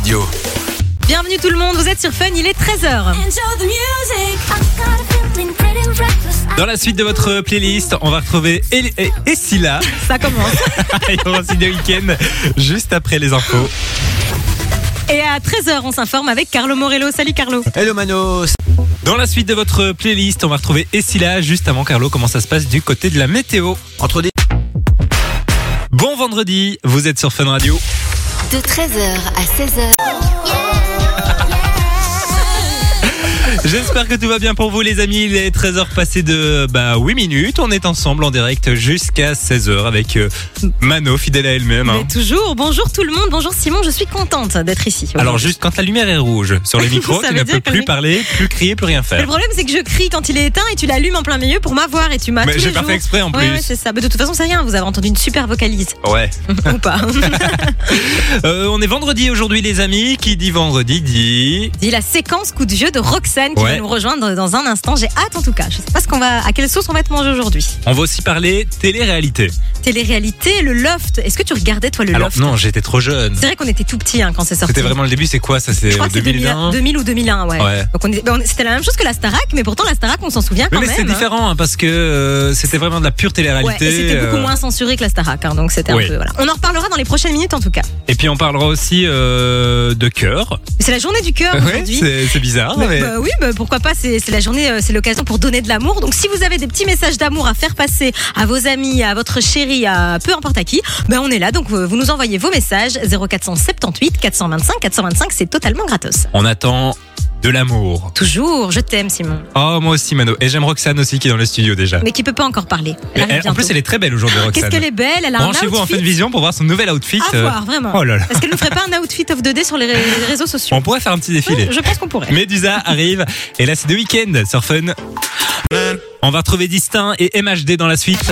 Radio. Bienvenue tout le monde, vous êtes sur Fun, il est 13h. Dans la suite de votre playlist, on va retrouver Essila. Ça commence. Il y aura aussi des week-ends juste après les infos. Et à 13h, on s'informe avec Carlo Morello. Salut Carlo. Hello Manos. Dans la suite de votre playlist, on va retrouver Essila. Juste avant Carlo, comment ça se passe du côté de la météo? Entre des... Bon vendredi, vous êtes sur Fun Radio. De 13h à 16h. J'espère que tout va bien pour vous les amis. Il est 13h passé de 8 minutes. On est ensemble en direct jusqu'à 16h avec Mano, fidèle à elle-même. Mais toujours, bonjour tout le monde, bonjour Simon, je suis contente d'être ici. Alors juste quand la lumière est rouge sur les micros, Ça tu veut ne dire peux que plus oui. parler, plus crier, plus rien Mais faire. le problème c'est que je crie quand il est éteint et tu l'allumes en plein milieu pour m'avoir et tu m'as Mais tous j'ai les pas jours. fait exprès en plus. Ouais, c'est ça. Mais de toute façon c'est rien, vous avez entendu une super vocalise. Ouais. Ou pas. On est vendredi aujourd'hui les amis. Qui dit vendredi dit... Dit la séquence coup de vieux de Roxane qui Ouais. va nous rejoindre dans un instant. J'ai hâte en tout cas. Je sais pas à quelle sauce on va être mangé aujourd'hui. On va aussi parler télé-réalité. Télé-réalité, le Loft. Est-ce que tu regardais toi le Alors Loft? non, j'étais trop jeune. C'est vrai qu'on était tout petits quand c'est sorti. C'était vraiment le début, c'est quoi ça? C'est Je crois que c'est 2001 2000 ou 2001, ouais. Ouais. Donc c'était la même chose que la Starac, mais pourtant la Starac, on s'en souvient quand mais même. c'est différent parce que c'était vraiment de la pure Ouais, télé-réalité. et c'était beaucoup moins censuré que la Starac, donc c'était Oui. un peu voilà. On en reparlera dans les prochaines minutes en tout cas. Et puis on parlera aussi de cœur. C'est la journée du cœur Ouais, aujourd'hui. c'est bizarre. Bah, mais... bah oui, bah pourquoi pas, c'est la journée, c'est l'occasion pour donner de l'amour. Donc si vous avez des petits messages d'amour à faire passer à vos amis, à votre chérie, à peu importe à qui, ben on est là. Donc vous nous envoyez vos messages 0478 425 425, c'est totalement gratos. On attend de l'amour. Toujours, je t'aime Simon. Oh, moi aussi, Mano. Et j'aime Roxane aussi qui est dans le studio déjà. Mais qui peut pas encore parler. Elle arrive En plus, bientôt. elle est très belle aujourd'hui, Roxane. Qu'est-ce qu'elle est belle, elle a un Branchez-vous en outfit. Fun Vision pour voir son nouvel outfit. À voir, vraiment. Oh là là. Est-ce qu'elle nous ferait pas un outfit of 2D sur les réseaux sociaux? On pourrait faire un petit défilé. Je pense qu'on pourrait. Medusa arrive. Et là, c'est de week-end sur Fun. On va retrouver Distinct et MHD dans la suite.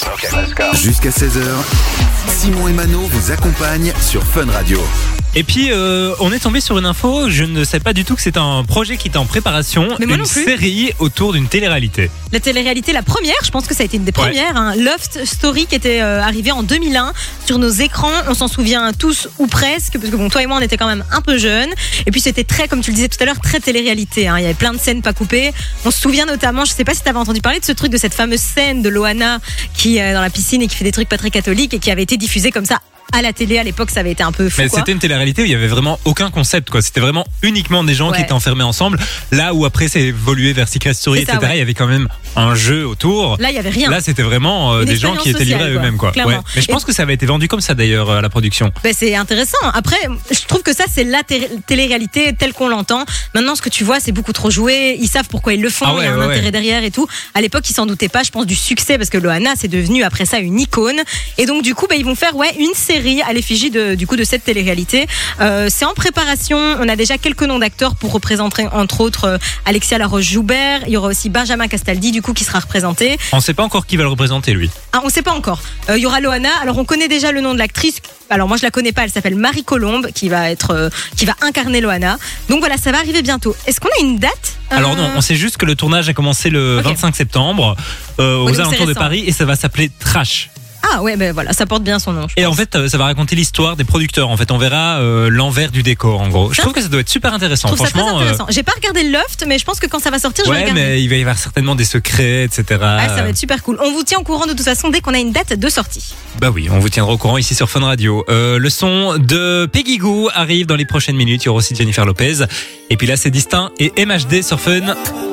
Jusqu'à 16h, Simon et Mano vous accompagnent sur Fun Radio. Et puis, on est tombé sur une info. Je ne savais pas du tout que c'était un projet qui était en préparation. Mais moi une non plus. série autour d'une télé-réalité. La télé-réalité, la première, je pense que ça a été une des Ouais. premières, Loft Story qui était arrivée en 2001 sur nos écrans. On s'en souvient tous ou presque, parce que bon, toi et moi, on était quand même un peu jeunes. Et puis c'était très, comme tu le disais tout à l'heure, très télé-réalité. Il y avait plein de scènes pas coupées. On se souvient notamment, je sais pas si tu avais entendu parler de ce truc, de cette fameuse scène de Loana qui est dans la piscine et qui fait des trucs pas très catholiques et qui avait été diffusée comme ça à la télé. À l'époque, ça avait été un peu fou. Mais quoi. c'était une télé-réalité où il y avait vraiment aucun concept, quoi. C'était vraiment uniquement des gens qui Ouais. étaient enfermés ensemble. Là où après, c'est évolué vers Secret Story, C'est ça, etc. ouais. Il y avait quand même un jeu autour. Là, il y avait rien. Là, c'était vraiment Une des gens qui étaient expérience livrés à sociale, eux-mêmes, quoi. clairement. Ouais. Mais je pense que ça avait été vendu comme ça d'ailleurs à la production. Ben, c'est intéressant. Après, je trouve que ça, c'est la télé-réalité telle qu'on l'entend. Maintenant, ce que tu vois, c'est beaucoup trop joué. Ils savent pourquoi ils le font. Ah ouais, il y a un ouais, intérêt ouais. derrière et tout. À l'époque, ils s'en doutaient pas, je pense, du succès parce que Loana, c'est devenu après ça une icône. Et donc, du coup, ben, ils vont faire une série à l'effigie de cette télé-réalité. C'est en préparation. On a déjà quelques noms d'acteurs pour représenter, entre autres, Alexia Laroche-Joubert. Il y aura aussi Benjamin Castaldi, du coup, qui sera représenté. On sait pas encore qui va le représenter, lui. Ah, on sait pas encore. Il y aura Loana. Alors, on connaît déjà le nom de l'actrice. Alors, moi, je la connais pas. Elle s'appelle Marie Colombe, qui va incarner Loana. Donc voilà, ça va arriver bientôt. Est-ce qu'on a une date? Alors non, on sait juste que le tournage a commencé le Ok. 25 septembre aux donc c'est alentours de récent. Paris et ça va s'appeler Trash. Ah ouais, ben voilà, ça porte bien son nom. Et en fait, ça va raconter l'histoire des producteurs. En fait, on verra l'envers du décor, en gros. Je trouve que ça doit être super intéressant. Je trouve ça très Franchement, intéressant. J'ai pas regardé le Loft, mais je pense que quand ça va sortir, je vais ouais, regarder. mais il va y avoir certainement des secrets, etc. Ah, ça va être super cool. On vous tient au courant de toute façon dès qu'on a une date de sortie. Bah oui, on vous tiendra au courant ici sur Fun Radio. Le son de Peggy Goo arrive dans les prochaines minutes. Il y aura aussi Jennifer Lopez. Et puis là, c'est Distinct et MHD sur Fun.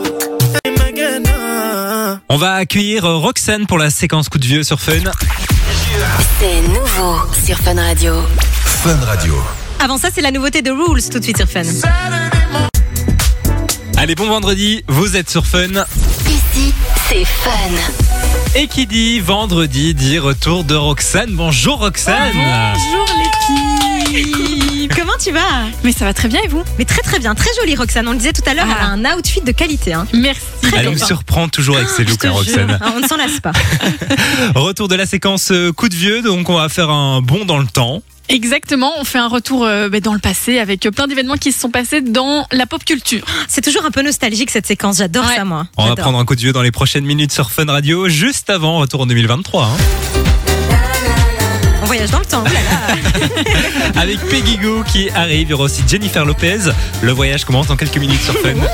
On va accueillir Roxane pour la séquence coup de vieux sur Fun. C'est nouveau sur Fun Radio. Fun Radio. Avant ça, c'est la nouveauté de Rules tout de suite sur Fun. Allez, bon vendredi, vous êtes sur Fun. Ici, c'est Fun. Et qui dit vendredi dit retour de Roxane. Bonjour Roxane. Bonjour les filles. Comment tu vas? Mais ça va très bien et vous? Mais très très bien, très jolie Roxane. On le disait tout à l'heure, Ah. elle a un outfit de qualité. Merci. Elle me surprend toujours avec ses Je looks, te hein, Roxane. jure. Ah, on ne s'en lasse pas. Retour de la séquence coup de vieux, donc on va faire un bond dans le temps. Exactement, on fait un retour dans le passé avec plein d'événements qui se sont passés dans la pop culture. C'est toujours un peu nostalgique cette séquence, j'adore Ouais. ça moi. On va J'adore. prendre un coup de vieux dans les prochaines minutes sur Fun Radio, juste avant retour en 2023. Hein. On voyage voyage dans le temps. Oh là là. Avec Peggy Goo qui arrive, il y aura aussi Jennifer Lopez. Le voyage commence dans quelques minutes sur Fun.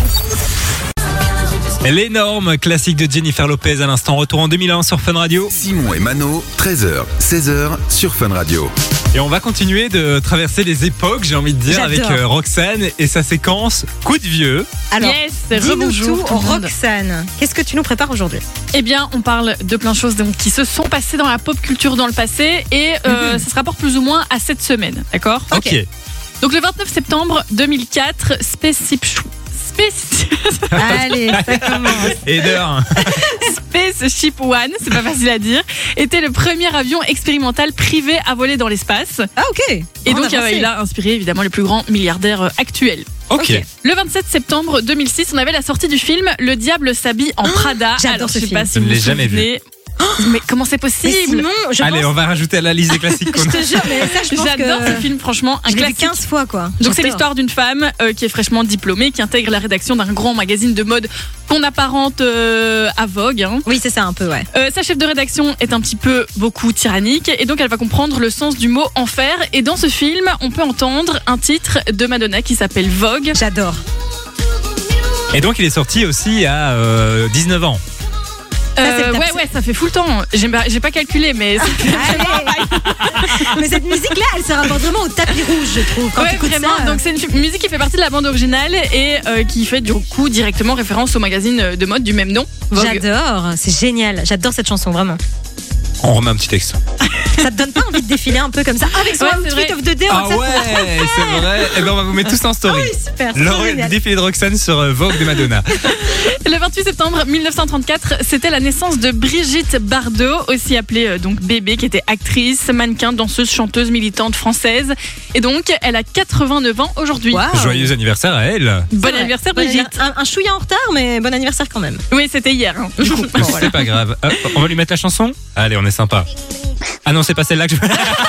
L'énorme classique de Jennifer Lopez à l'instant, retour en 2001 sur Fun Radio. Simon et Mano, 13h, 16h sur Fun Radio. Et on va continuer de traverser les époques, j'ai envie de dire, avec J'adore. Roxane et sa séquence Coup de vieux. Alors, Yes, dis-nous rebonjour tout, tout le monde. Roxane. Qu'est-ce que tu nous prépares aujourd'hui? Eh bien, on parle de plein de choses donc, qui se sont passées dans la pop culture dans le passé et ça se rapporte plus ou moins à cette semaine, d'accord? Ok. Donc le 29 septembre 2004, Allez, ça commence. Spaceship One, c'est pas facile à dire, était le premier avion expérimental privé à voler dans l'espace. Ah, ok. Et On donc avancé. il a inspiré évidemment les plus grands milliardaires actuels. Ok. Le 27 septembre 2006, on avait la sortie du film Le Diable s'habille en Prada. j'adore Alors, ce je sais film. pas si Je ne vous l'ai vous jamais vu. souvenez. Mais comment c'est Mais possible? Simon, je Allez, pense... on va rajouter à la liste des classiques qu'on Je a. te jure, mais ça, je pense J'adore que... ce film, franchement, un Je l'ai vu classique. 15 fois, quoi. Donc c'est J'adore. l'histoire d'une femme qui est fraîchement diplômée, qui intègre la rédaction d'un grand magazine de mode qu'on apparente à Vogue. Hein. Oui, c'est ça, un peu, ouais. Sa chef de rédaction est un petit peu beaucoup tyrannique et donc elle va comprendre le sens du mot enfer. Et dans ce film, on peut entendre un titre de Madonna qui s'appelle Vogue. J'adore. Et donc, il est sorti aussi à 19 ans. c'est le top. Ouais, ça fait full temps. J'ai pas calculé, mais Mais cette musique-là, elle se rapporte vraiment au tapis rouge, je trouve. Quand ouais, tu écoutes vraiment. ça, Donc c'est une musique qui fait partie de la bande originale et qui fait du coup directement référence au magazine de mode du même nom. Vogue. j'adore. C'est génial. J'adore cette chanson, vraiment. On remet un petit texte. Ça te donne pas envie de défiler un peu comme ça avec son Ouais, c'est outfit vrai. of the day? Ah Roxane ouais, c'est vrai. Eh ben, on va vous mettre tous en Ah story. oui, super. c'est Le génial. défilé de Roxane sur Vogue de Madonna. Le 28 septembre 1934, c'était la naissance de Brigitte Bardot, aussi appelée donc Bébé, qui était actrice, mannequin, danseuse, chanteuse, militante française. Et donc, elle a 89 ans aujourd'hui. Waouh. Joyeux anniversaire à elle. Bon C'est vrai. anniversaire, Bon Brigitte. Un chouïa en retard, mais bon anniversaire quand même. Oui, c'était hier. Hein, du coup. C'est pas grave. Hop, on va lui mettre la chanson. Allez, on est sympa. Ah non, c'est pas celle-là que je...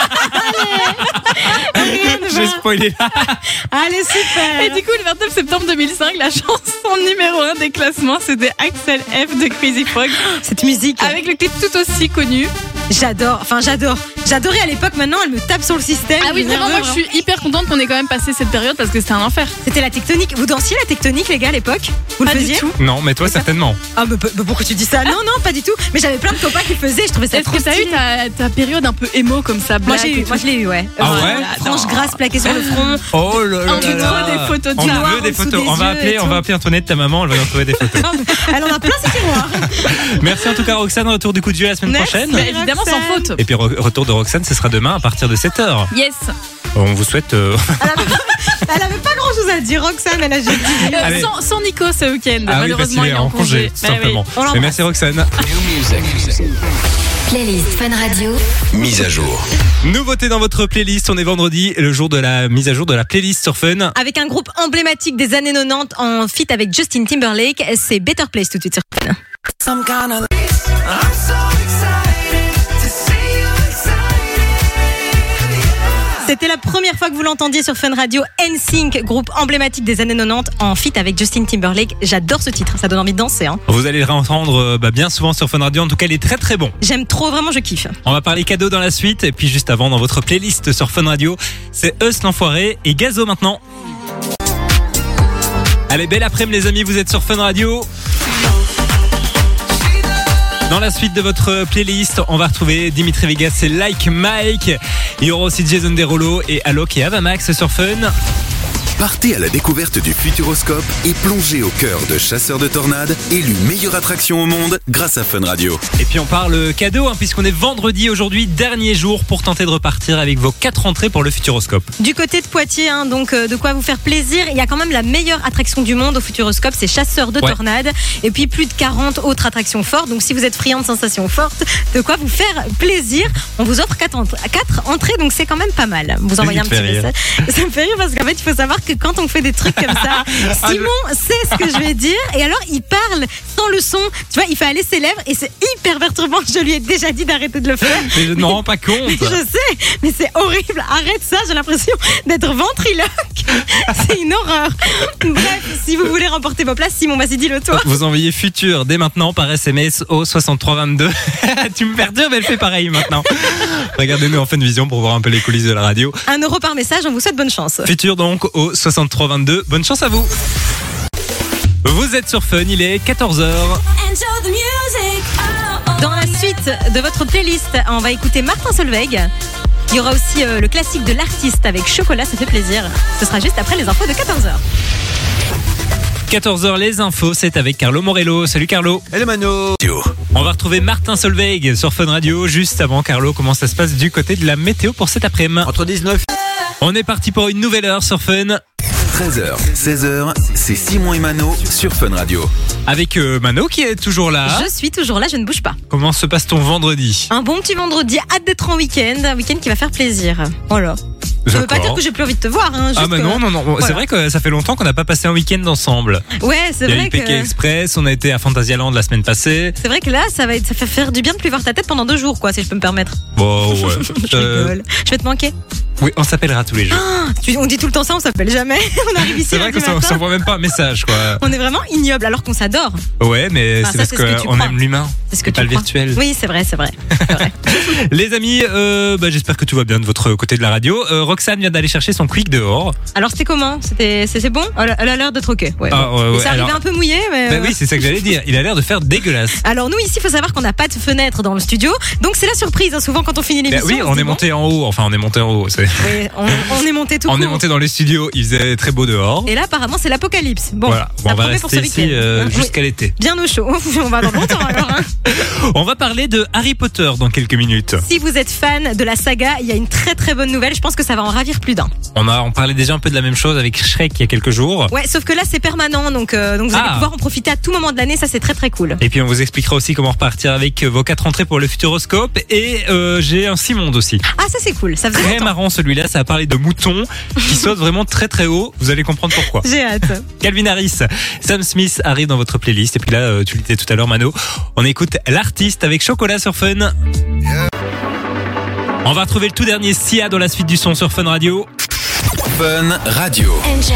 J'ai spoilé là. Allez, super. Et du coup, le 29 septembre 2005, la chanson numéro 1 des classements, c'était Axel F de Crazy Frog, Cette musique, avec le clip tout aussi connu. j'adore. Enfin, j'adore. J'adorais à l'époque. Maintenant, elle me tape sur le système. Ah oui, vraiment, moi je suis hyper contente qu'on ait quand même passé cette période parce que c'était un enfer. C'était la tectonique. Vous dansiez la tectonique, les gars, à l'époque? Vous le Pas du faisiez? tout. Non, mais toi, certainement. Ah, mais pourquoi tu dis ça? Non, non, pas du tout. Mais j'avais plein de copains qui le faisaient. Je trouvais ça Est-ce trop que t'as eu stylé. ta période un peu émo comme ça, Moi, black et tout? je l'ai eu, ouais. Ah ouais Franche grasse plaquée sur le front. Oh là là On veut là. trop des photos de On toi veut des en dessous photos. des On va yeux appeler, et on va tout. appeler Antoinette, ta maman, elle va y trouver des photos. Elle en a plein ses tiroirs. Merci en tout cas Roxane, retour du coup de vieux la semaine Merci. prochaine. Bah, évidemment, sans Roxane. faute. Et puis retour de Roxane, ce sera demain à partir de 7h. Yes. On vous souhaite... Elle avait pas grand chose à dire, Roxane. Elle a juste dit. Allez. Sans Nico ce week-end. Ah oui, parce Malheureusement, qu'il il est est en congé, tout Bah oui. simplement. On l'embrasse. Mais merci Roxane. Playlist Fun Radio. Mise à jour. Nouveauté dans votre playlist, on est vendredi, le jour de la mise à jour de la playlist sur Fun. Avec un groupe emblématique des années 90 en feat avec Justin Timberlake, c'est Better Place tout de suite sur Fun. C'était la première fois que vous l'entendiez sur Fun Radio. NSYNC, groupe emblématique des années 90 en feat avec Justin Timberlake. J'adore ce titre, ça donne envie de danser. Hein. Vous allez le réentendre bien souvent sur Fun Radio, en tout cas il est très très bon. J'aime trop, vraiment je kiffe. On va parler cadeaux dans la suite, et puis juste avant dans votre playlist sur Fun Radio, c'est Us l'enfoiré et Gazo maintenant. Allez, belle après-midi les amis, vous êtes sur Fun Radio. Dans la suite de votre playlist, on va retrouver Dimitri Vegas et Like Mike. Il y aura aussi Jason Derulo et Alok et Avamax sur Fun. Partez à la découverte du Futuroscope et plongez au cœur de Chasseurs de Tornades, élu meilleure attraction au monde grâce à Fun Radio. Et puis on parle cadeau, puisqu'on est vendredi aujourd'hui, dernier jour pour tenter de repartir avec vos 4 entrées pour le Futuroscope. Du côté de Poitiers, donc de quoi vous faire plaisir. Il y a quand même la meilleure attraction du monde au Futuroscope, c'est Chasseurs de Ouais. Tornades. Et puis plus de 40 autres attractions fortes. Donc si vous êtes friand de sensations fortes, de quoi vous faire plaisir. On vous offre 4 entrées, donc c'est quand même pas mal. Vous envoyez un me petit fait rire. message. Ça me fait rire parce qu'en fait, il faut savoir que quand on fait des trucs comme ça, Simon sait ce que je vais dire et alors il parle sans le son. Tu vois, il fait aller ses lèvres et c'est hyper perturbant. Je lui ai déjà dit d'arrêter de le faire. Mais je ne me rends pas compte. Je sais, mais c'est horrible. Arrête ça, j'ai l'impression d'être ventriloque. C'est une horreur. Bref, si vous voulez remporter vos places, Simon, vas-y, dis-le toi. Vous envoyez futur dès maintenant par SMS au 6322. Tu me perturbes, elle fait pareil maintenant. Regardez-nous en Funvision pour voir un peu les coulisses de la radio. 1 euro par message, on vous souhaite bonne chance. Futur donc au 6322. Bonne chance à vous. Vous êtes sur Fun, il est 14h. Dans la suite de votre playlist, on va écouter Martin Solveig. Il y aura aussi le classique de l'artiste avec Chocolat, ça fait plaisir. Ce sera juste après les infos de 14h. 14h, les infos, c'est avec Carlo Morello. Salut Carlo. Hello Mano. On va retrouver Martin Solveig sur Fun Radio. Juste avant, Carlo, comment ça se passe du côté de la météo pour cet après-midi? Entre 19. On est parti pour une nouvelle heure sur Fun. 13h, 16h, c'est Simon et Mano sur Fun Radio. Avec Mano qui est toujours là. Je suis toujours là, je ne bouge pas. Comment se passe ton vendredi? Un bon petit vendredi, hâte d'être en week-end. Un week-end qui va faire plaisir. Voilà. Ça veut pas dire que j'ai plus envie de te voir. Hein, ah bah non. Voilà. C'est vrai que ça fait longtemps qu'on n'a pas passé un week-end ensemble. Ouais, c'est vrai. Il y a vrai eu Pékin Express, on a été à Phantasialand la semaine passée. C'est vrai que là, ça fait faire du bien de plus voir ta tête pendant 2 jours, quoi, si je peux me permettre. Bon, ouais. Je rigole. Je vais te manquer. Oui, on s'appellera tous les jours. On dit tout le temps ça, on s'appelle jamais. On arrive ici. C'est vrai qu'on s'envoie même pas un message, quoi. On est vraiment ignoble alors qu'on s'adore. Ouais, mais c'est parce qu'on aime l'humain. C'est ce que pas le virtuel. Oui, c'est vrai. Les amis, j'espère que tout va bien de votre côté de la radio. Roxane vient d'aller chercher son quick dehors. Alors c'était comment? C'est bon? Elle a l'air d'être ok. Ouais. C'est arrivé un peu mouillé, mais. Oui, c'est ça que j'allais dire. Il a l'air de faire dégueulasse. Alors nous ici, il faut savoir qu'on n'a pas de fenêtre dans le studio, donc c'est la surprise. Hein, souvent quand on finit l'émission. Oui, on est monté en haut. Enfin, on est monté en haut. Oui, on est monté tout court. On est monté dans les studios. Il faisait très beau dehors. Et là, apparemment, c'est l'apocalypse. Bon, voilà. On va rester ici jusqu'à l'été. Bien au chaud. On va dans longtemps alors. Hein. On va parler de Harry Potter dans quelques minutes. Si vous êtes fan de la saga, il y a une très très bonne nouvelle. Je pense que ça va en ravir plus d'un. On parlait déjà un peu de la même chose avec Shrek il y a quelques jours. Ouais, sauf que là c'est permanent, donc vous allez pouvoir en profiter à tout moment de l'année. Ça c'est très très cool. Et puis on vous expliquera aussi comment repartir avec vos 4 entrées pour le Futuroscope. Et j'ai un Simon aussi. Ah ça c'est cool. Ça faisait très longtemps. Marrant celui-là. Ça a parlé de moutons qui sautent vraiment très très haut. Vous allez comprendre pourquoi. J'ai hâte. Calvin Harris, Sam Smith arrive dans votre playlist. Et puis là, tu le disais tout à l'heure, Mano, on écoute l'artiste avec Chocolat sur Fun. On va retrouver le tout dernier Sia dans la suite du son sur Fun Radio. Fun Radio.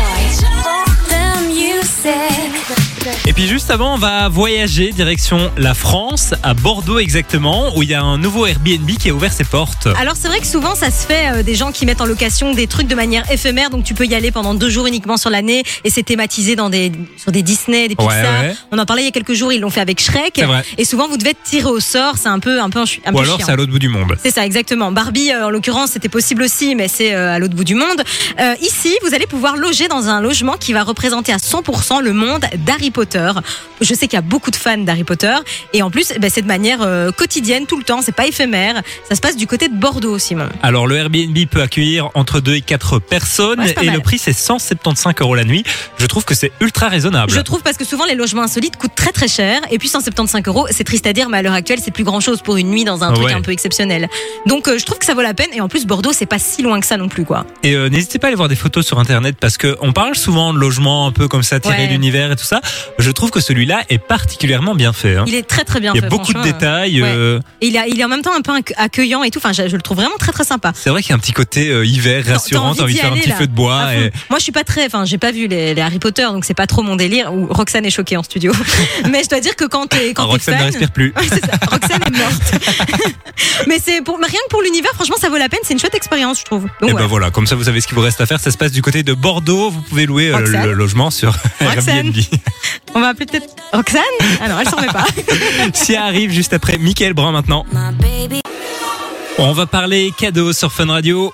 Et puis juste avant, on va voyager direction la France, à Bordeaux exactement, où il y a un nouveau Airbnb qui a ouvert ses portes. Alors c'est vrai que souvent ça se fait des gens qui mettent en location des trucs de manière éphémère, donc tu peux y aller pendant 2 jours uniquement sur l'année et c'est thématisé sur des Disney, des Pixar. Ouais. On en parlait il y a quelques jours, ils l'ont fait avec Shrek. C'est vrai. Et souvent vous devez être tiré au sort, c'est un peu Ou alors chiant. c'est à l'autre bout du monde. C'est ça, exactement. Barbie, en l'occurrence, c'était possible aussi, mais c'est à l'autre bout du monde. Ici, vous allez pouvoir loger dans un logement qui va représenter à 100% le monde d'Harry Potter. Je sais qu'il y a beaucoup de fans d'Harry Potter. Et en plus, c'est de manière quotidienne, tout le temps. C'est pas éphémère. Ça se passe du côté de Bordeaux, Simon. Alors, le Airbnb peut accueillir entre 2 et 4 personnes. Ouais, et le prix, c'est 175 € la nuit. Je trouve que c'est ultra raisonnable. Je trouve parce que souvent, les logements insolites coûtent très très cher. Et puis 175 €, c'est triste à dire, mais à l'heure actuelle, c'est plus grand chose pour une nuit dans un truc un peu exceptionnel. Donc, je trouve que ça vaut la peine. Et en plus, Bordeaux, c'est pas si loin que ça non plus, quoi. Et n'hésitez pas à aller voir des photos sur Internet parce qu'on parle souvent de logements un peu comme ça, tirés de l'univers et tout ça. Je trouve que celui-là est particulièrement bien fait. Hein. Il est très très bien fait. Il y a beaucoup de détails. Et il est en même temps un peu accueillant et tout. Enfin, je le trouve vraiment très très sympa. C'est vrai qu'il y a un petit côté hiver rassurant. T'as envie de faire un petit feu de bois. Et... Moi, je suis pas très. Enfin, j'ai pas vu les Harry Potter, donc c'est pas trop mon délire. Ou Roxane est choquée en studio. Mais je dois dire que quand t'es Roxane fan, ne respire plus. Ouais, c'est ça. Roxane est morte. Mais rien que pour l'univers, franchement, ça vaut la peine. C'est une chouette expérience, je trouve. Donc, et ben voilà, comme ça, vous savez ce qu'il vous reste à faire. Ça se passe du côté de Bordeaux. Vous pouvez louer le logement sur Airbnb. On va appeler peut-être Roxane. Ah non, elle s'en remet pas. Si elle arrive juste après Mickaël Brun maintenant. On va parler cadeaux sur Fun Radio.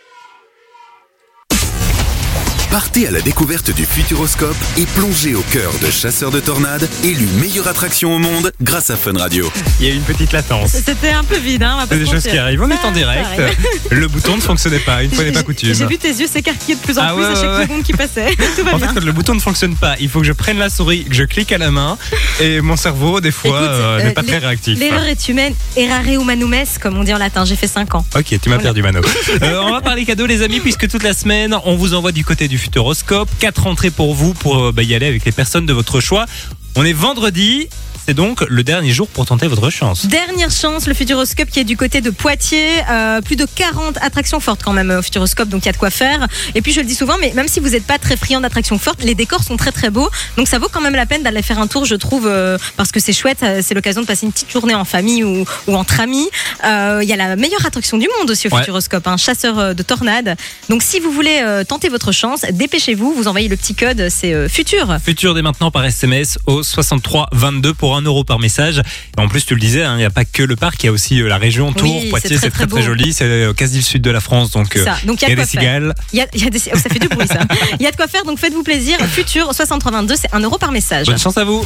Partez à la découverte du Futuroscope et plongez au cœur de Chasseurs de Tornades, élu meilleure attraction au monde grâce à Fun Radio. Il y a eu une petite latence. C'était un peu vide, hein. C'est des choses qui arrivent. On est en direct. Le bouton ne fonctionnait pas. Une fois n'est pas coutume. J'ai vu tes yeux s'écarquiller de plus en plus à chaque seconde qui passait. Tout va en bien. fait, quand le bouton ne fonctionne pas, il faut que je prenne la souris, que je clique à la main, et mon cerveau, des fois, n'est pas très réactif. L'erreur est humaine. Errare humanum est, comme on dit en latin. J'ai fait 5 ans. Ok, tu m'as perdu, Mano. On va parler cadeaux, les amis, puisque toute la semaine, on vous envoie du côté du Futuroscope. 4 entrées pour vous pour y aller avec les personnes de votre choix. On est vendredi. C'est donc le dernier jour pour tenter votre chance. Dernière chance, le Futuroscope qui est du côté de Poitiers. Plus de 40 attractions fortes quand même au Futuroscope, donc il y a de quoi faire. Et puis je le dis souvent, mais même si vous n'êtes pas très friand d'attractions fortes, les décors sont très très beaux. Donc ça vaut quand même la peine d'aller faire un tour, je trouve, parce que c'est chouette. C'est l'occasion de passer une petite journée en famille ou entre amis. Il y a la meilleure attraction du monde aussi au Futuroscope, un chasseur de tornades. Donc si vous voulez tenter votre chance, dépêchez-vous, vous envoyez le petit code, c'est Futur. Futur dès maintenant par SMS au 63 22 pour 1 euro par message. Et en plus, tu le disais, il n'y a pas que le parc, il y a aussi la région autour. Oui, Poitiers, c'est très beau. très joli. C'est quasi le sud de la France, donc il y a des cigales. Il y a des... ça fait du bruit ça. Il y a de quoi faire, donc faites-vous plaisir. Futur 6322, c'est 1 euro par message. Bonne chance à vous.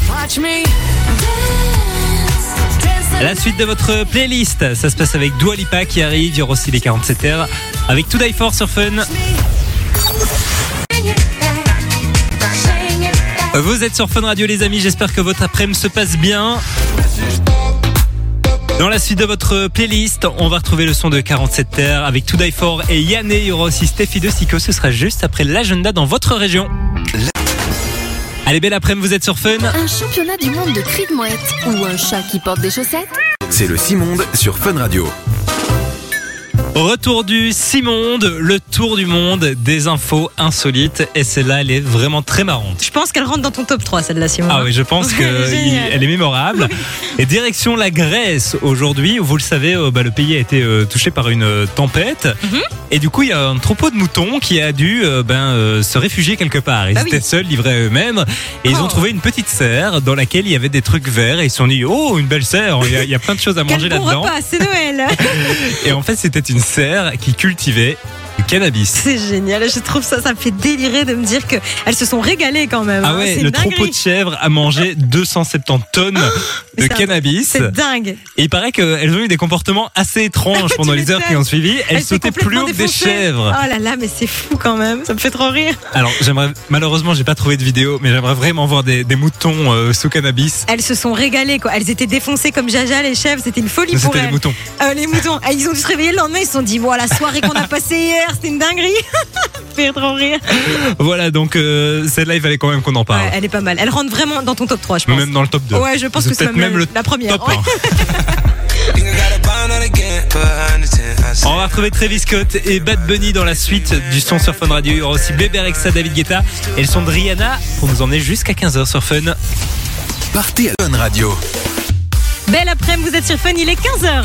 La suite de votre playlist, ça se passe avec Dua Lipa qui arrive. Il y aura aussi les 47 heures avec To Die For sur Fun. Vous êtes sur Fun Radio les amis, j'espère que votre après-midi se passe bien. Dans la suite de votre playlist, on va retrouver le son de 47 Terre avec To Die For et Yanné. Il y aura aussi Steffi de Sico, ce sera juste après l'agenda dans votre région. Allez, belle après-midi, vous êtes sur Fun. Un championnat du monde de cris de mouette ou un chat qui porte des chaussettes. C'est le Simonde sur Fun Radio. Retour du Simonde, le tour du monde des infos insolites. Et celle-là, elle est vraiment très marrante. Je pense qu'elle rentre dans ton top 3, celle-là, Simon. Ah oui, je pense qu'elle est mémorable. Et direction la Grèce aujourd'hui, où vous le savez, le pays a été touché par une tempête. Et du coup, il y a un troupeau de moutons qui a dû se réfugier quelque part. Ils étaient seuls, livrés à eux-mêmes. Et ils ont trouvé une petite serre dans laquelle il y avait des trucs verts. Et ils se sont dit, oh, une belle serre, il y a plein de choses à manger Quel bon là-dedans. repas, c'est Noël. Et en fait, c'était une serre qui cultivait du cannabis. C'est génial, je trouve ça me fait délirer de me dire qu'elles se sont régalées quand même. Ah ouais, c'est le dinguerie. troupeau de chèvres a mangé 270 tonnes de cannabis. C'est dingue. Et il paraît qu'elles ont eu des comportements assez étranges pendant les heures qui ont suivi. Elles sautaient plus haut que des chèvres. Oh là là, mais c'est fou quand même, ça me fait trop rire. Alors, malheureusement, j'ai pas trouvé de vidéo, mais j'aimerais vraiment voir des moutons sous cannabis. Elles se sont régalées quoi, elles étaient défoncées comme Jaja, les chèvres, c'était une folie pour C'était elles. les moutons. Les moutons, ils ont dû se réveiller le lendemain, ils se sont dit, bon, la soirée qu'on a passée hier, c'était une dinguerie. Fait trop rire. Voilà, donc celle-là, il fallait quand même qu'on en parle. Ouais, elle est pas mal, elle rentre vraiment dans ton top 3, je pense. Même dans le top 2. Ouais, je pense que c'est peut-être même le la première. top 1. On va retrouver Travis Scott et Bad Bunny dans la suite du son sur Fun Radio. Il y aura aussi Bébé Rexha, David Guetta et le son de Rihanna pour nous emmener jusqu'à 15h sur Fun. Partez à Fun Radio. Belle après-midi, vous êtes sur Fun, il est 15h.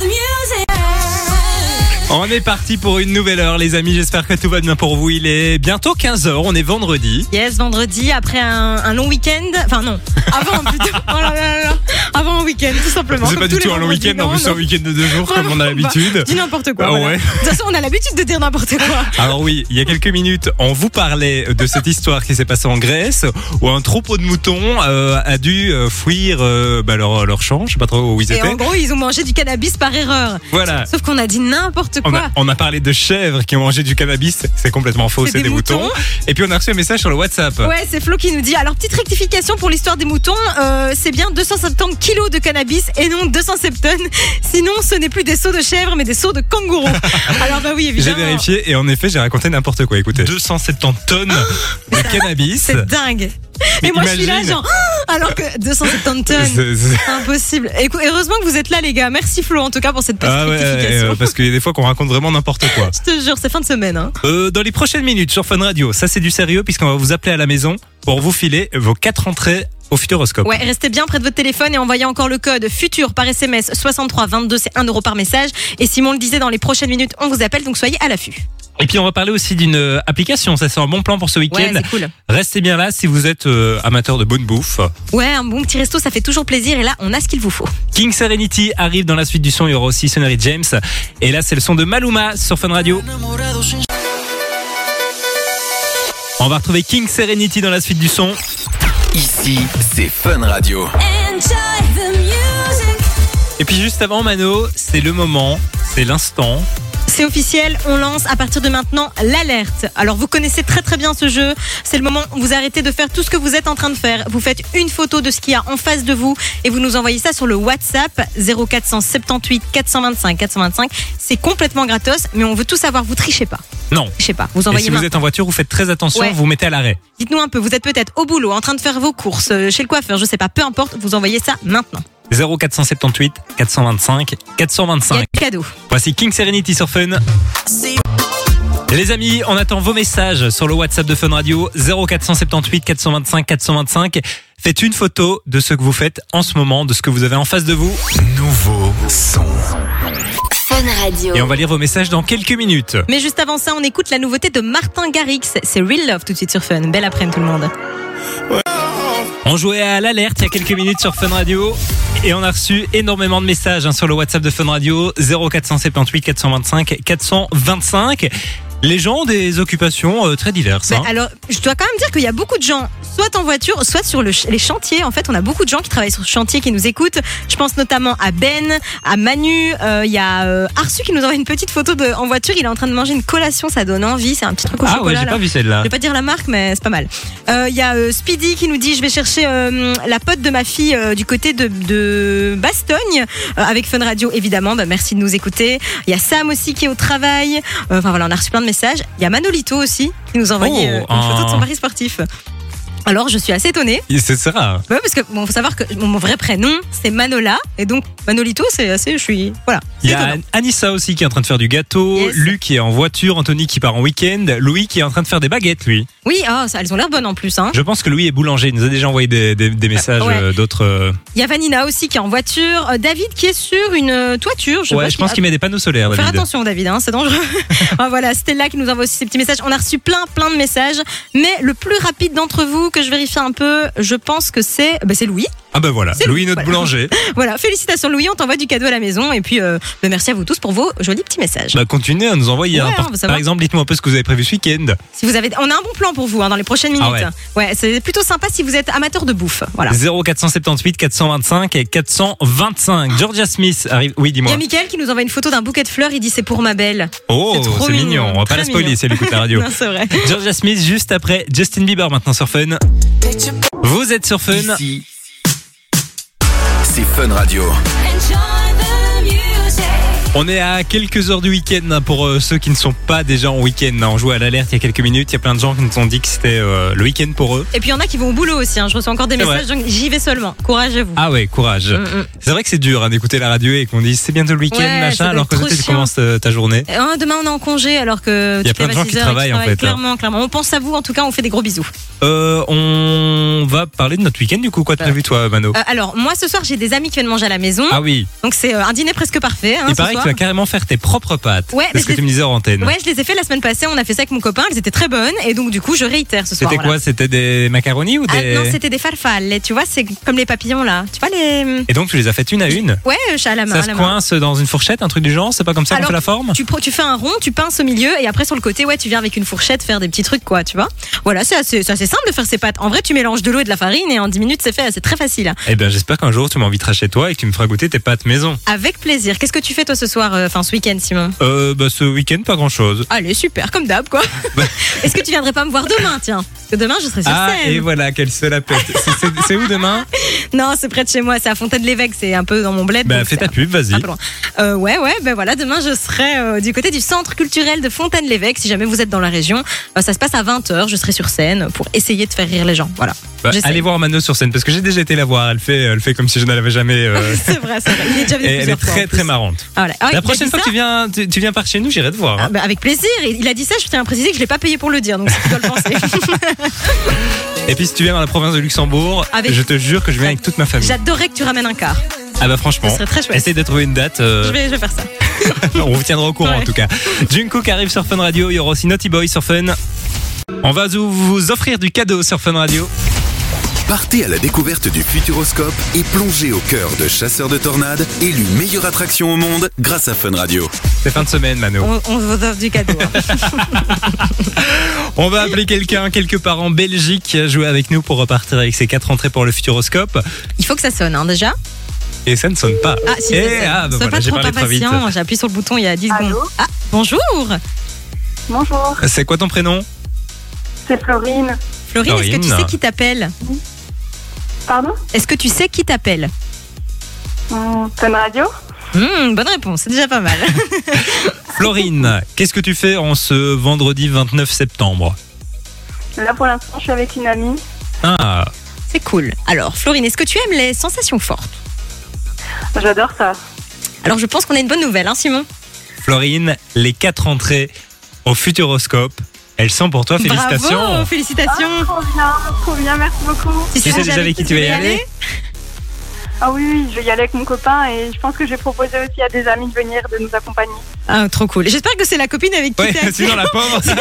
On est parti pour une nouvelle heure les amis, j'espère que tout va bien pour vous. Il est bientôt 15h, on est vendredi. Yes, vendredi, après un long week-end. Enfin non, avant plutôt. Oh là là là. Avant un week-end, tout simplement. C'est Comme pas du tous tout les un long vendredis. week-end, en plus c'est un week-end de 2 jours comme on a l'habitude. Dis n'importe quoi. Ah voilà. ouais. De toute façon, on a l'habitude de dire n'importe quoi. Alors oui, il y a quelques minutes, on vous parlait de cette histoire qui s'est passée en Grèce, où un troupeau de moutons a dû fuir leur champ, je sais pas trop où ils Et étaient. en gros, ils ont mangé du cannabis par erreur. Voilà. Sauf qu'on a dit n'importe quoi. On a parlé de chèvres qui ont mangé du cannabis, c'est complètement faux, c'est des moutons. Et puis on a reçu un message sur le WhatsApp. Ouais, c'est Flo qui nous dit, alors petite rectification pour l'histoire des moutons, c'est bien 270 kilos de cannabis et non 270 tonnes. Sinon, ce n'est plus des seaux de chèvre, mais des seaux de kangourou. Alors bah oui, évidemment. J'ai vérifié et en effet, j'ai raconté n'importe quoi. Écoutez, 270 tonnes de cannabis. C'est dingue. Mais et moi imagine. je suis là genre alors que 270 tonnes c'est impossible. Écoute, heureusement que vous êtes là les gars. Merci Flo en tout cas pour cette petite rectification. Parce qu'il y a des fois qu'on raconte vraiment n'importe quoi. Je te jure, c'est fin de semaine hein. Dans les prochaines minutes sur Fun Radio, ça c'est du sérieux puisqu'on va vous appeler à la maison pour vous filer vos 4 entrées au Futuroscope. Ouais, restez bien près de votre téléphone et envoyez encore le code FUTUR par SMS 6322, c'est 1 euro par message. Et Simon le disait, dans les prochaines minutes, on vous appelle, donc soyez à l'affût. Et puis on va parler aussi d'une application, ça c'est un bon plan pour ce week-end. Ouais, c'est cool. Restez bien là si vous êtes amateur de bonne bouffe. Ouais, un bon petit resto, ça fait toujours plaisir et là, on a ce qu'il vous faut. King Serenity arrive dans la suite du son, il y aura aussi Sonnery James. Et là c'est le son de Maluma sur Fun Radio. On va retrouver King Serenity dans la suite du son. Ici, c'est Fun Radio. Et puis juste avant Mano, c'est le moment, c'est l'instant C'est officiel, on lance à partir de maintenant l'alerte. Alors vous connaissez très très bien ce jeu, c'est le moment où vous arrêtez de faire tout ce que vous êtes en train de faire. Vous faites une photo de ce qu'il y a en face de vous et vous nous envoyez ça sur le WhatsApp 0478 425 425. C'est complètement gratos, mais on veut tout savoir, vous trichez pas. Non. Trichez pas, vous Et envoyez si vous êtes en voiture, vous faites très attention, Ouais. vous mettez à l'arrêt. Dites-nous un peu, vous êtes peut-être au boulot, en train de faire vos courses, chez le coiffeur, je sais pas, peu importe, vous envoyez ça maintenant. 0478 425 Il y a 425. du cadeau. Voici King Serenity sur Fun. Les amis, on attend vos messages sur le WhatsApp de Fun Radio 0478 425 425. Faites une photo de ce que vous faites en ce moment, de ce que vous avez en face de vous. Nouveau son. Fun Radio. Et on va lire vos messages dans quelques minutes. Mais juste avant ça, on écoute la nouveauté de Martin Garrix, c'est Real Love tout de suite sur Fun. Belle après-midi tout le monde. On jouait à l'alerte il y a quelques minutes sur Fun Radio et on a reçu énormément de messages sur le WhatsApp de Fun Radio 0478 425 425. Les gens ont des occupations très diverses. Ben, alors, je dois quand même dire qu'il y a beaucoup de gens, soit en voiture, soit sur les chantiers. En fait, on a beaucoup de gens qui travaillent sur le chantier qui nous écoutent. Je pense notamment à Ben, à Manu. Il y a Arsu qui nous envoie une petite photo en voiture. Il est en train de manger une collation, ça donne envie. C'est un petit truc au Ah chocolat. ouais, j'ai là. pas vu celle-là. Je vais pas dire la marque, mais c'est pas mal. Il y a Speedy qui nous dit je vais chercher la pote de ma fille du côté de Bastogne avec Fun Radio évidemment. Bah, merci de nous écouter. Il y a Sam aussi qui est au travail. Enfin voilà, on a reçu plein de messages. Il y a Manolito aussi qui nous a envoyé une photo de son mari sportif. Alors je suis assez étonnée. C'est rare. Ouais, parce que bon, faut savoir que mon vrai prénom c'est Manola et donc Manolito c'est assez. Je suis voilà. Il y C'est a étonnant. Anissa aussi qui est en train de faire du gâteau, Yes. Luc qui est en voiture, Anthony qui part en week-end, Louis qui est en train de faire des baguettes lui. Oui, elles ont l'air bonnes en plus. Hein. Je pense que Louis est boulanger, il nous a déjà envoyé des messages Ouais. d'autres. Il y a Vanina aussi qui est en voiture. David qui est sur une toiture. Je sais Ouais, pas je pense qu'il met des panneaux solaires, Faire David. attention David, hein, c'est dangereux. Ah, voilà, Stella qui nous envoie aussi ces petits messages. On a reçu plein de messages, mais le plus rapide d'entre vous que je vérifie un peu, je pense que c'est Louis. Ah ben voilà, C'est Louis Louis, notre voilà. boulanger. Voilà, félicitations Louis, on t'envoie du cadeau à la maison et puis merci à vous tous pour vos jolis petits messages. Bah continuez à nous envoyer. Ouais, hein. on veut Par savoir. exemple, dites-moi un peu ce que vous avez prévu ce week-end. Si vous avez, on a un bon plan pour vous dans les prochaines minutes. Ah ouais, c'est plutôt sympa si vous êtes amateur de bouffe. Voilà. 0478 425 et 425. Georgia Smith arrive. Oui, Il y dis-moi. a Mickaël qui nous envoie une photo d'un bouquet de fleurs. Il dit c'est pour ma belle. Oh, c'est trop c'est mignon. On va pas très la spoiler mignon. si elle écoute la radio. Non, c'est vrai. Georgia Smith juste après Justin Bieber maintenant sur Fun. Vous êtes sur Fun. Ici, c'est Fun Radio. On est à quelques heures du week-end pour ceux qui ne sont pas déjà en week-end. On jouait à l'alerte il y a quelques minutes. Il y a plein de gens qui nous ont dit que c'était le week-end pour eux. Et puis il y en a qui vont au boulot aussi. Hein. Je reçois encore des C'est messages. Donc j'y vais seulement. Courage à vous. Ah ouais, courage. C'est vrai que c'est dur d'écouter la radio et qu'on dise c'est bientôt le week-end, Ouais, ça machin, doit alors être que trop toi, tu chiant. commences ta journée. Demain on est en congé alors que Il y a toutes les plein de gens qui 26 heures, travaillent, en fait. Clairement. On pense à vous. En tout cas, on fait des gros bisous. On va parler de notre week-end du coup. Quoi de prévu toi, Mano? Alors moi ce soir j'ai des amis qui viennent manger à la maison. Ah oui, Donc c'est un dîner presque parfait. Hein, il ce paraît que soir. tu vas carrément faire tes propres pâtes. Ouais, c'est mais ce que je tu me disais en antenne. Ouais, je les ai fait la semaine passée. On a fait ça avec mon copain. Elles étaient très bonnes et donc du coup je réitère ce soir. C'était quoi? C'était des macaronis ou Ah, des... non, c'était des farfales. Tu vois, c'est comme les papillons là. Tu vois les. Et donc tu les as faites une à une? Ouais, à la main. Ça à se la main. coince dans une fourchette, un truc du genre? C'est pas comme ça qu'on Alors, fait la forme? Tu fais un rond, tu pinces au milieu et après sur le côté, ouais, tu viens avec une fourchette faire des petits trucs, quoi, tu vois. Voilà, c'est assez simple de faire ces pâtes. En vrai, tu mélanges de l'eau et de la farine et en 10 minutes, c'est fait. C'est très facile. Eh ben j'espère qu'un jour tu m'inviteras chez toi et que tu me feras goûter tes pâtes maison. Avec plaisir. Qu'est-ce que tu fais toi ce soir, enfin ce week-end, Simon? Ce week-end pas grand chose. Allez, super, comme d'hab, quoi. Est-ce que tu viendrais pas me voir demain, tiens? Parce que demain, je serai sur Ah scène. et voilà, qu'elle se la pète. C'est où demain? Non, c'est près de chez moi, c'est à Fontaine-l'Évêque, c'est un peu dans mon bled. Bah donc fais c'est ta pub, vas-y. un peu loin. Ouais, ben voilà, demain je serai du côté du centre culturel de Fontaine-l'Évêque. Si jamais vous êtes dans la région, ça se passe à 20h, je serai sur scène pour essayer de faire rire les gens. Voilà. Bah, J'essaie. allez voir Mano sur scène parce que j'ai déjà été la voir. Elle fait comme si je ne l'avais jamais. C'est vrai. Il est déjà venu Et elle est plusieurs fois, en très plus. très marrante. Ah, voilà. Ah, il La a prochaine dit fois ça que tu viens par chez nous, j'irai te voir. Ah, hein. bah, avec plaisir. Il a dit ça, je tiens à préciser que je l'ai pas payé pour le dire, donc si tu dois le penser. Et puis si tu viens dans la province de Luxembourg, Avec- je te jure que je viens avec toute ma famille. J'adorerais que tu ramènes un car. Ah bah franchement, Ce serait très chouette. essaye de trouver une date. Je vais faire ça. On vous tiendra au courant Ouais. en tout cas. Jungkook arrive sur Fun Radio, il y aura aussi Naughty Boy sur Fun. On va vous offrir du cadeau sur Fun Radio. Partez à la découverte du Futuroscope et plongez au cœur de Chasseurs de Tornades, élu meilleure attraction au monde grâce à Fun Radio. C'est fin de semaine, Mano. On vous offre du cadeau. Hein. On va appeler quelqu'un quelque part en Belgique à jouer avec nous pour repartir avec ses 4 entrées pour le Futuroscope. Il faut que ça sonne, hein, déjà. Et ça ne sonne pas. Ah, si, Et ça, bah sois voilà, pas j'ai trop parlé trop vite. impatient. J'ai appuyé sur le bouton il y a 10 secondes. Allô Ah, bonjour. Bonjour, C'est quoi ton prénom? c'est Florine. Florine, est-ce que tu Florine. sais qui t'appelle? Pardon Est-ce que tu sais qui t'appelle? Fun Radio. Bonne réponse, c'est déjà pas mal. Florine, qu'est-ce que tu fais en ce vendredi 29 septembre? Là, pour l'instant, je suis avec une amie. Ah, C'est cool. Alors, Florine, est-ce que tu aimes les sensations fortes? J'adore ça. Alors, je pense qu'on a une bonne nouvelle, hein, Simon? Florine, les 4 entrées au Futuroscope, elles sont pour toi. Félicitations. Bravo, félicitations. Trop bien, merci beaucoup. Tu sais déjà avec qui tu vas y aller? Ah oui, je vais y aller avec mon copain et je pense que je vais proposer aussi à des amis de venir, de nous accompagner. Ah, trop cool. J'espère que c'est la copine avec qui Ouais, t'es. sinon la pauvre. Je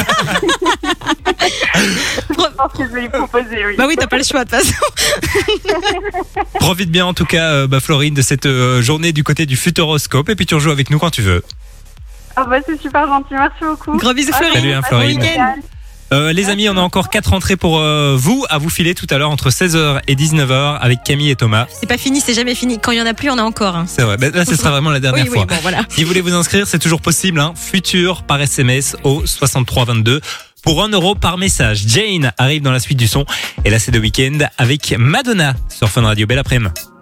pense que je vais lui proposer, oui. Bah oui, t'as pas le choix de toute façon. Profite bien en tout cas, Florine, de cette journée du côté du Futuroscope. Et puis tu rejoues avec nous quand tu veux. Ah bah c'est super gentil, merci beaucoup. Gros bisous, Ah, Florine. Salut, hein, bon Florine. week-end. Les amis, on a encore 4 entrées pour vous à vous filer tout à l'heure entre 16h et 19h avec Camille et Thomas. C'est pas fini, c'est jamais fini. Quand il y en a plus, on a encore. Hein. C'est vrai, bah, là ce sera vraiment la dernière Oui, fois. bon, voilà. Si vous voulez vous inscrire, c'est toujours possible. Hein. Futur par SMS au 6322 pour 1 euro par message. Jane arrive dans la suite du son. Et là, c'est The Weeknd avec Madonna sur Fun Radio. Belle après-midi.